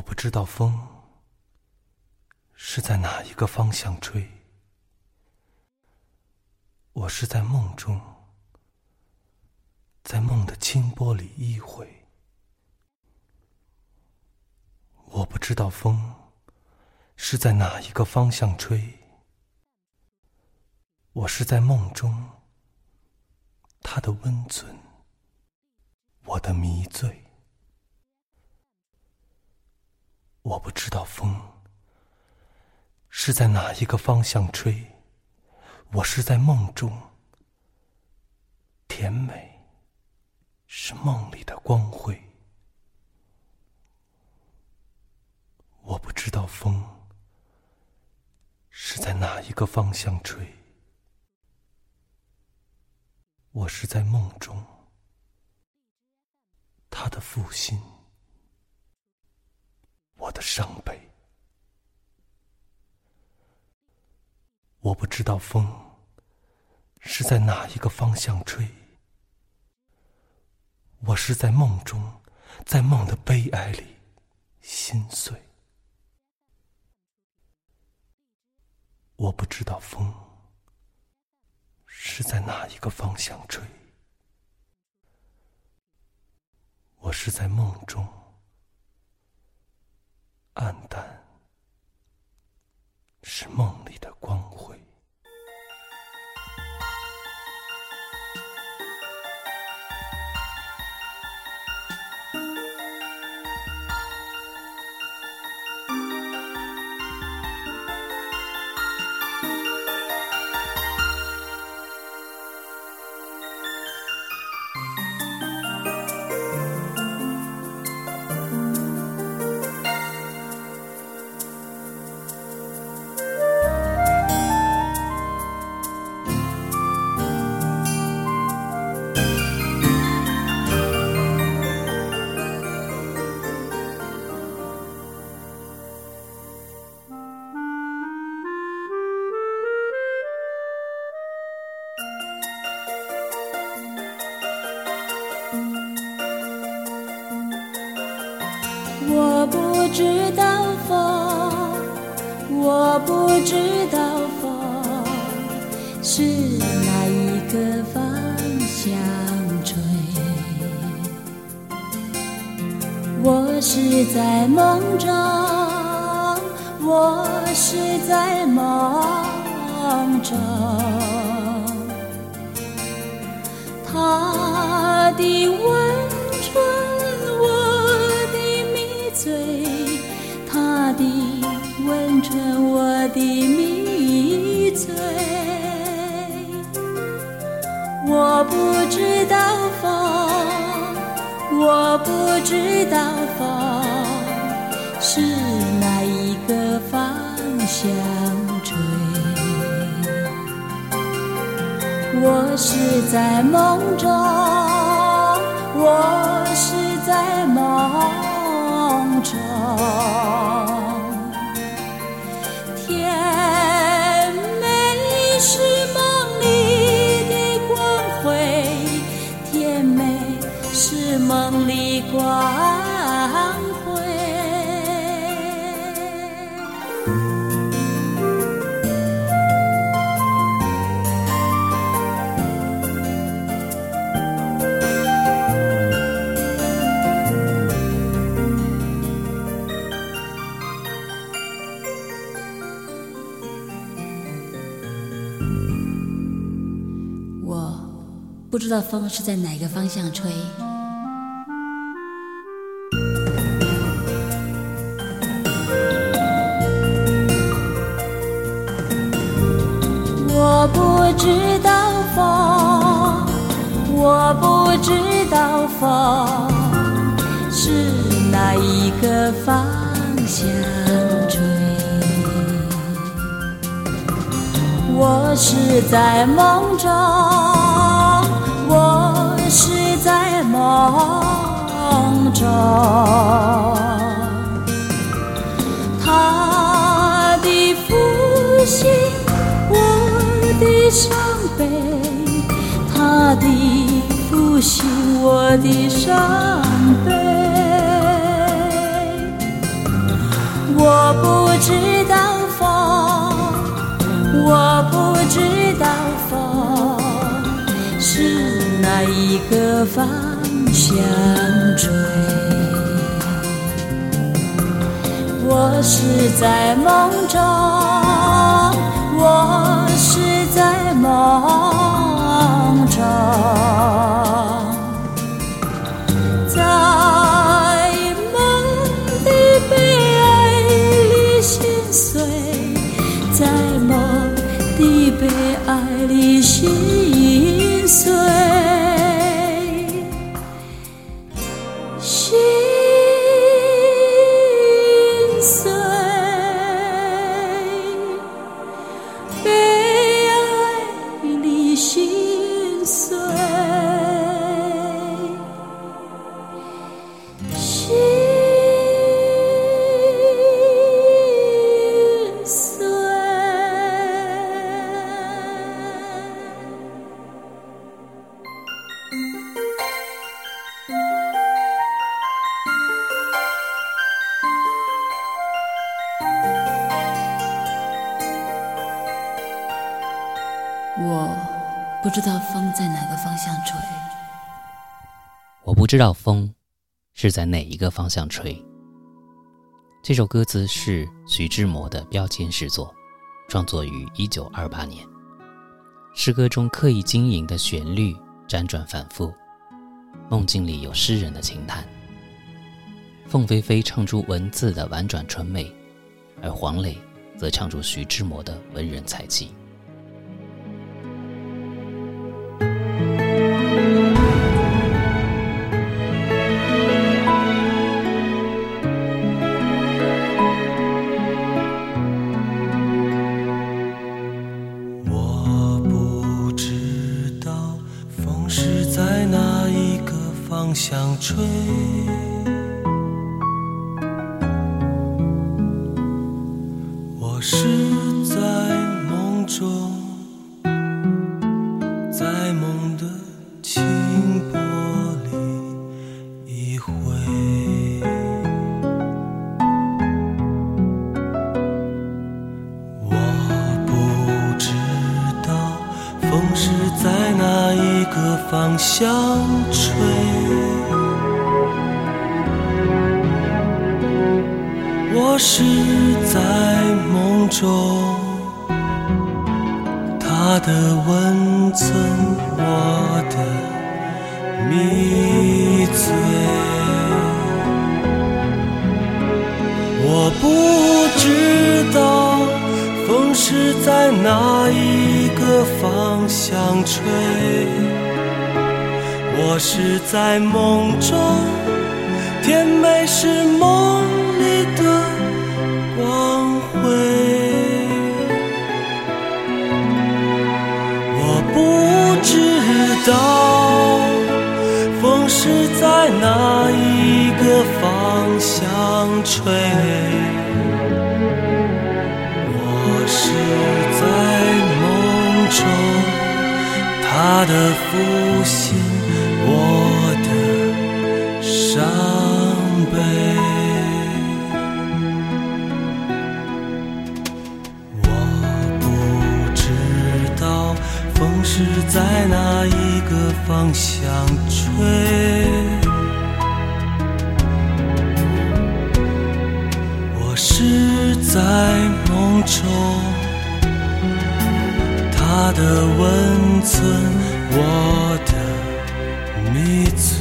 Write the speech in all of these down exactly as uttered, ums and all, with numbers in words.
不知道风是在哪一个方向吹，我是在梦中，在梦的清波里依回。我不知道风是在哪一个方向吹，我是在梦中，它的温存，我的迷醉。我不知道风是在哪一个方向吹，我是在梦中，甜美是梦里的光辉。我不知道风是在哪一个方向吹，我是在梦中，它的负心，我的伤悲。我不知道风是在哪一个方向吹，我是在梦中，在梦的悲哀里心碎。我不知道风是在哪一个方向吹，我是在梦中，暗淡是梦里的光辉。 我不知道风，我不知道风是哪一个方向吹。我是在梦中，我是在梦中，他的温存他的温存，我的迷醉。我不知道风，我不知道风是哪一个方向吹。我是在梦中，我是在梦中，甜美是梦里的光辉，甜美是梦里光辉。 不知道风是在哪个方向吹， 我不知道风，我不知道风是哪一个方向吹。我是在梦中，我是在梦中，他的负心，我的伤悲，他的负心，我的伤悲。 我不知道风，我不知道风是哪一个方向吹。我是在梦中，我是在梦中，在梦里被爱里心碎，在梦里被爱里心碎。 我不知道风在哪个方向吹， 我不知道风是在哪一个方向吹。这首歌词是徐志摩的标签诗作，创作于一九二八年。诗歌中刻意经营的旋律辗转反复，梦境里有诗人的情叹。凤飞飞唱出文字的婉转纯美，而黄磊则唱出徐志摩的文人才气。 方向吹，我是在梦中，在梦的轻波里一回。我不知道风是在哪一个方向吹，我是在梦中，他的温存，我的迷醉。我不知道风是在哪一个方向吹，我是在梦中，甜美是梦里的光辉。我不知道风是在哪一个方向吹，我是在梦中，他的负心，我的伤悲。我不知道风是在哪一个方向吹，我是在梦中，他的温存，我的迷醉。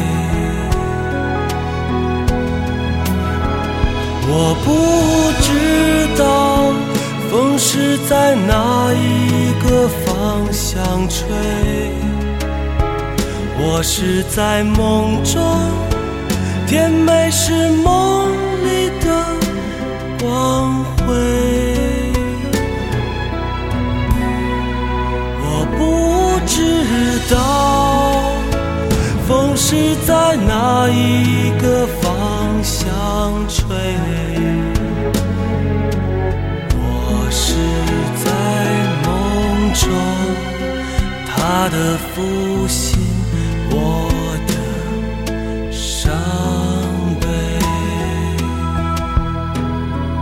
我不知道风是在哪一个方向吹，我是在梦中，甜美是梦里的光辉。我不知道风是在哪一个方向吹，我是在梦中，他的负心，我的伤悲。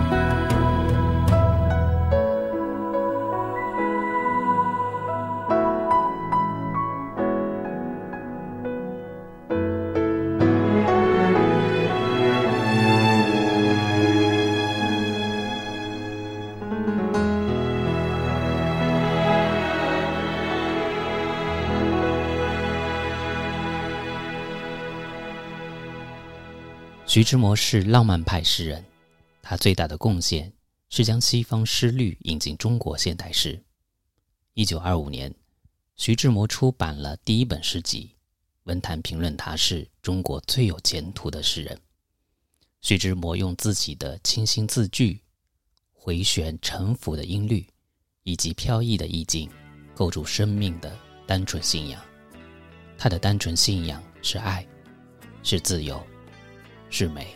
徐志摩是浪漫派诗人，他最大的贡献是将西方诗律引进中国现代诗。一九二五年，徐志摩出版了第一本诗集，文坛评论他是中国最有前途的诗人。徐志摩用自己的清新字句、回旋沉浮的音律以及飘逸的意境，构筑生命的单纯信仰。他的单纯信仰是爱，是自由，是美。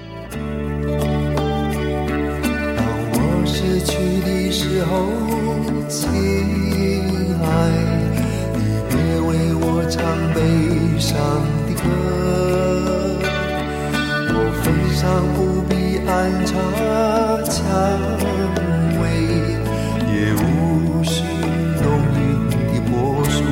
当我失去的时候，亲爱，你别为我唱悲伤的歌，我焚上不必安插蔷薇，也无需浓郁的柏树，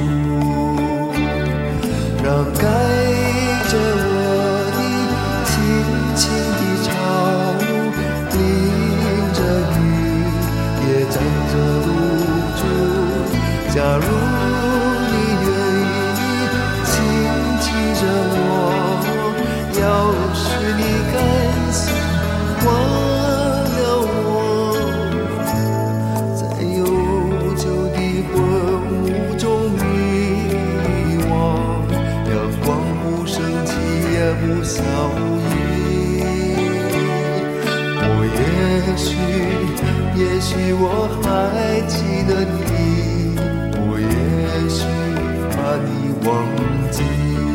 让盖着我的轻轻的潮，淋着雨也沾着露珠。假如你愿意轻骑着我，要是你甘心忘了我，在悠久的昏雾中迷惘，阳光不升起也不消熨。我也许也许我还记得你，我也许把你忘记。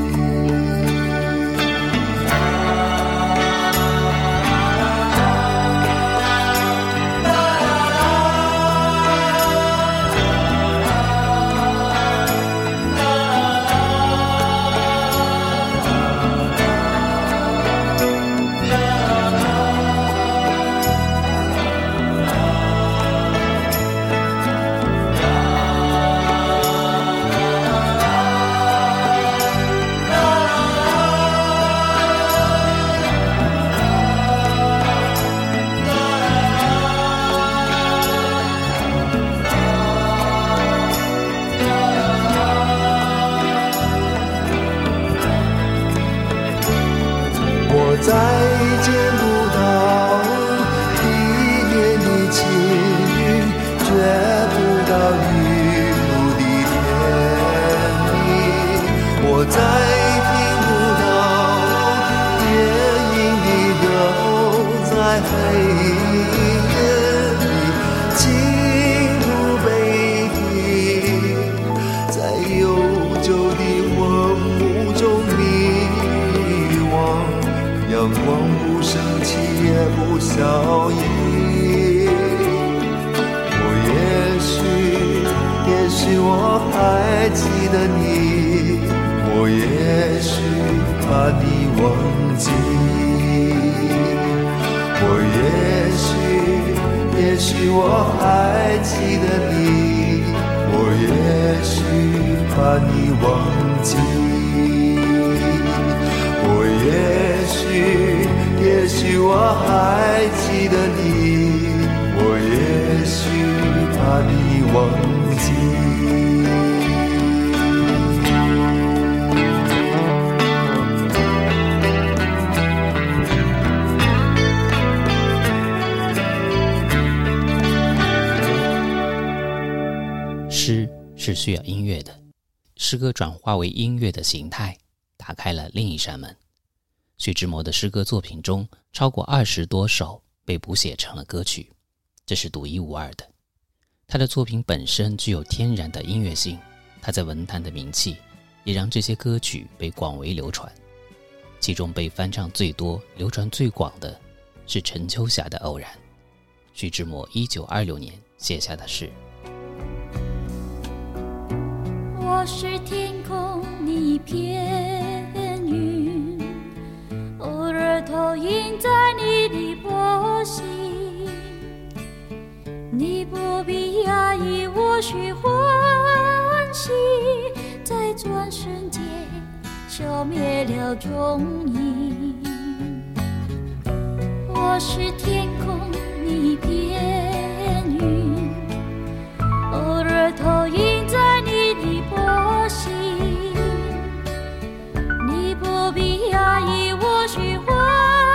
再见不到一年的情侣，觉不到雨露的甜蜜，我再听不到电影的歌，在黑夜里进入背影，在悠久的昏雾中迷惘，阳光不升起也不消熨。我也许也许我还记得你，我也许把你忘记。我也许也许我还记得你，我也许把你忘记。我也许也许我还记得你，我也许把你忘记。 诗是需要音乐的，诗歌转化为音乐的形态，打开了另一扇门。徐志摩的诗歌作品中，超过二十多首被谱写成了歌曲，这是独一无二的。他的作品本身具有天然的音乐性，他在文坛的名气也让这些歌曲被广为流传。其中被翻唱最多、流传最广的是陈秋霞的《偶然》，徐志摩一九二六年写下的诗。 我是天空一片云，偶尔投影在你的波心，你不必压抑我许欢喜，在转瞬间消灭了踪影。我是天空一片云，偶尔投影在你的波心，你不必压抑我许欢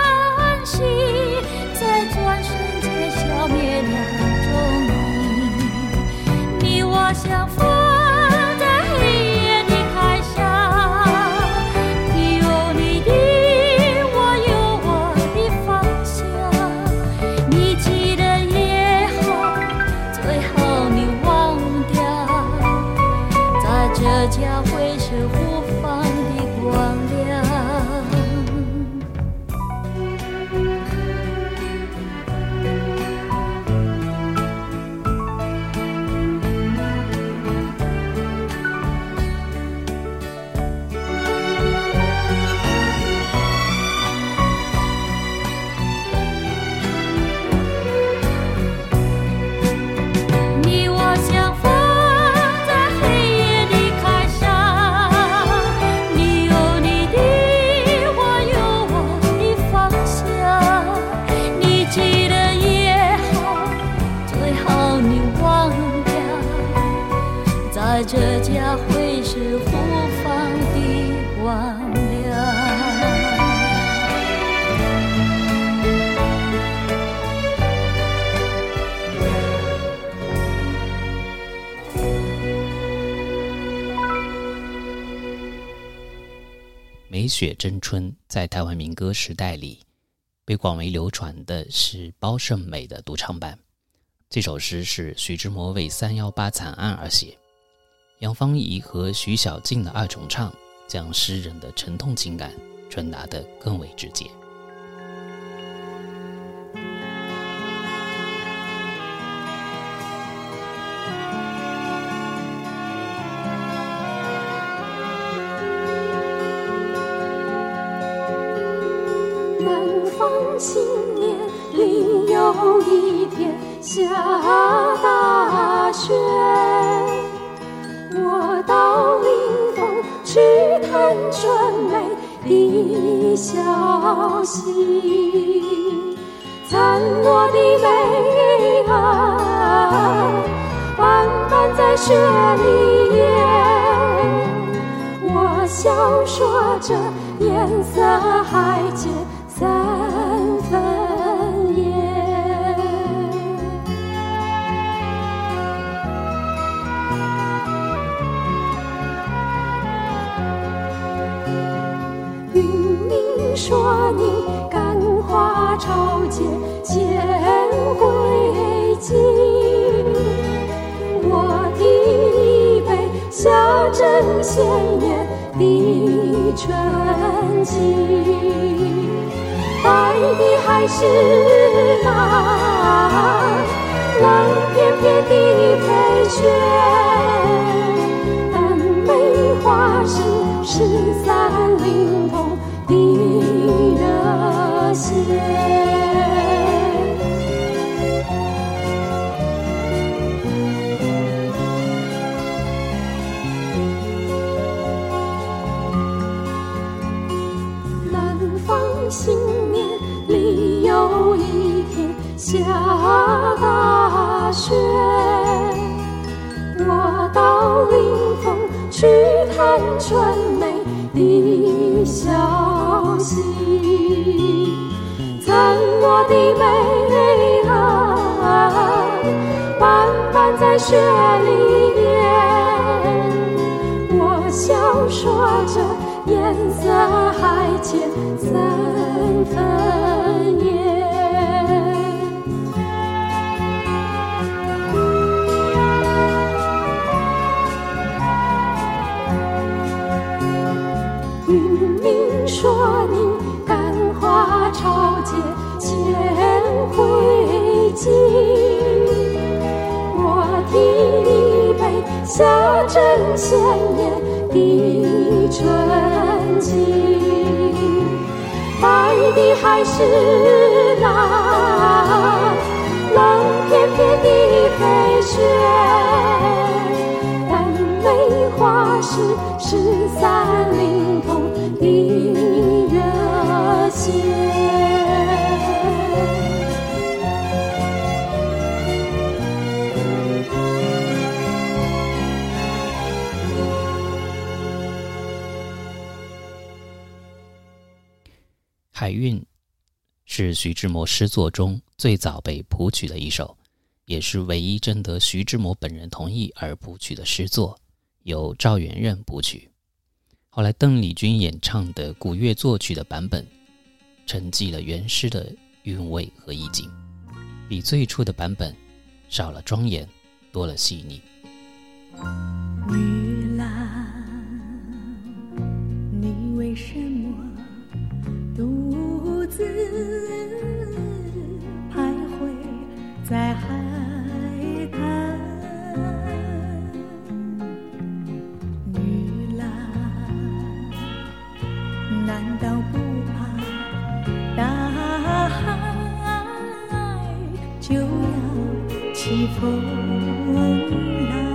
雪争春在台湾民歌时代里被广为流传的是包胜美的独唱版。这首诗是徐志摩为三一八惨案而写，杨芳仪和徐小静的二重唱将诗人的沉痛情感传达得更为直接。 新年里有一天下大雪，我到临风去探春梅的消息，残落的梅儿斑斑在雪里淹，我笑说这颜色还见三分颜。云明说你感化朝节献归尽，我提一杯下针鲜艳的纯情，白的还是那冷片片的飞雪，但梅花是十三龄童的热血。新年里有一天下大雪，我到临风去探春梅的消息，残落的梅儿斑斑在雪里淹，我笑说这颜色还见三分颜。云明说你感化朝节献回尽，我提一杯下针鲜艳的纯情，白的还是那冷片片的飞雪，但梅花是十三龄童的热血。 海韵是徐志摩诗作中最早被谱曲的一首，也是唯一征得徐志摩本人同意而谱曲的诗作，由赵元任谱曲。后来邓丽君演唱的古乐作曲的版本，承继了原诗的韵味和意境，比最初的版本少了庄严，多了细腻。 玉兰，你为什么独自徘徊在海滩？玉兰，难道不怕大海就要起风来？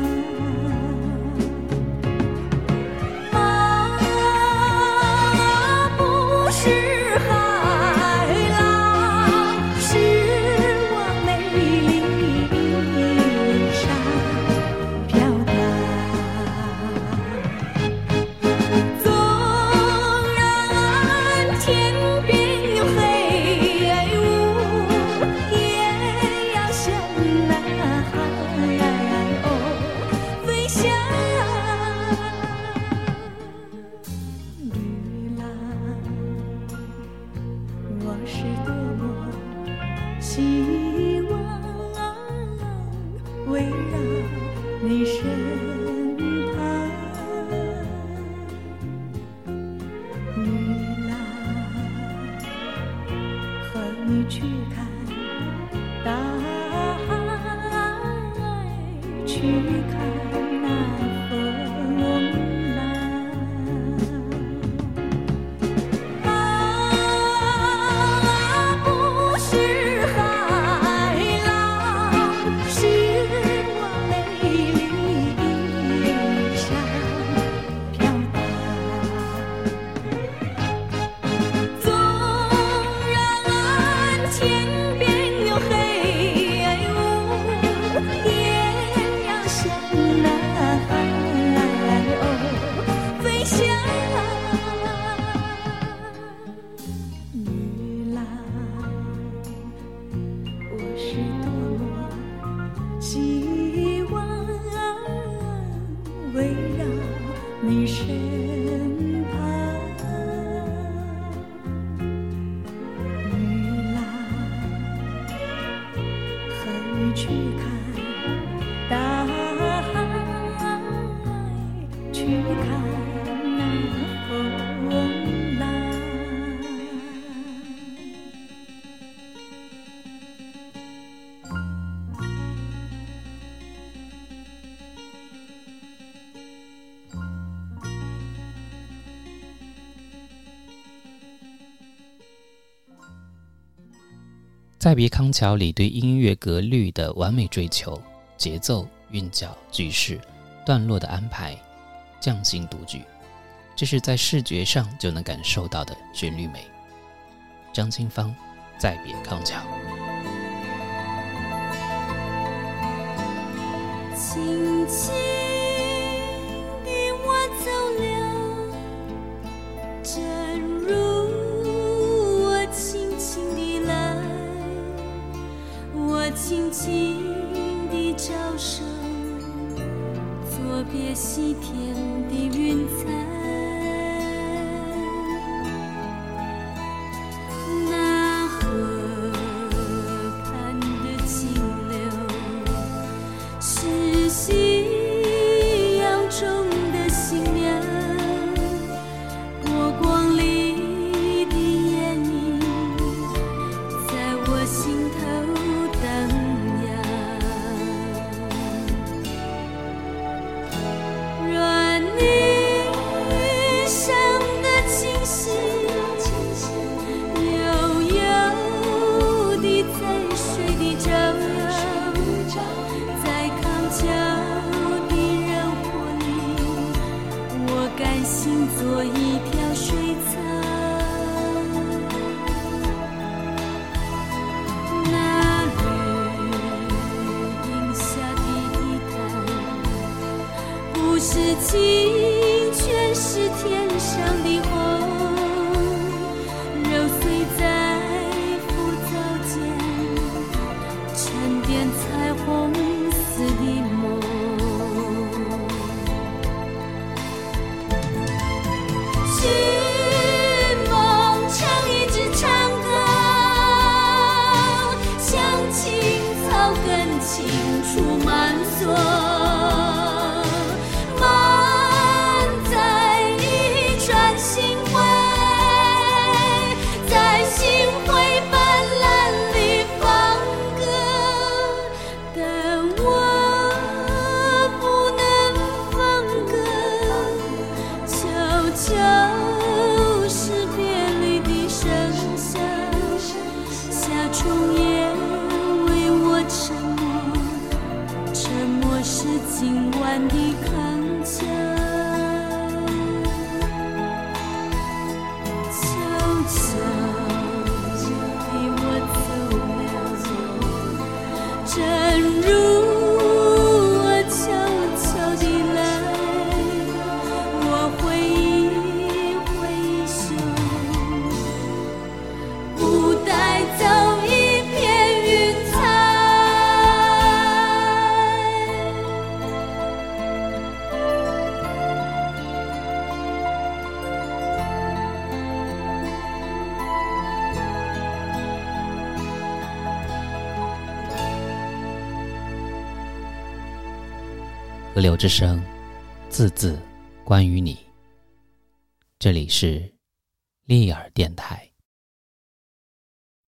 希望围绕你身旁，女郎和你去看大海，去看那风浪。啊，不是海浪，是我泪里上飘荡。纵然天边有黑雾，也要向那海鸥飞翔。女郎，我是多么希望围绕你身旁。女郎和你去看大海，去看那风浪。 再别康桥里对音乐格律的完美追求，节奏、韵脚、句式、段落的安排，匠心独具，这是在视觉上就能感受到的旋律美。张清芳，再别康桥。 轻轻地我走了，正如我轻轻地来，我轻轻地招手，作别西天的云彩。那河畔的清流，是夕阳中的新娘，波光里的眼影，在我心头荡漾。软泥上的清溪，悠悠地在水里照耀，在康桥的柔波里，我甘心做一条水草。那绿荫下的地毯，不是清泉，是天上的虹，揉碎在浮藻间，沉淀彩虹似的梦。是梦唱一支长歌，向青草根青处漫索，漫在一串星辉，在星辉斑斓里放歌，但我不能放歌，悄悄是别离的声响，夏虫也为我沉默，沉默是今晚的康桥。悄悄地我走了，正如我悄悄地来，我挥一挥袖，不带走一片云彩。 河流之声，字字关于你。这里是利尔电台。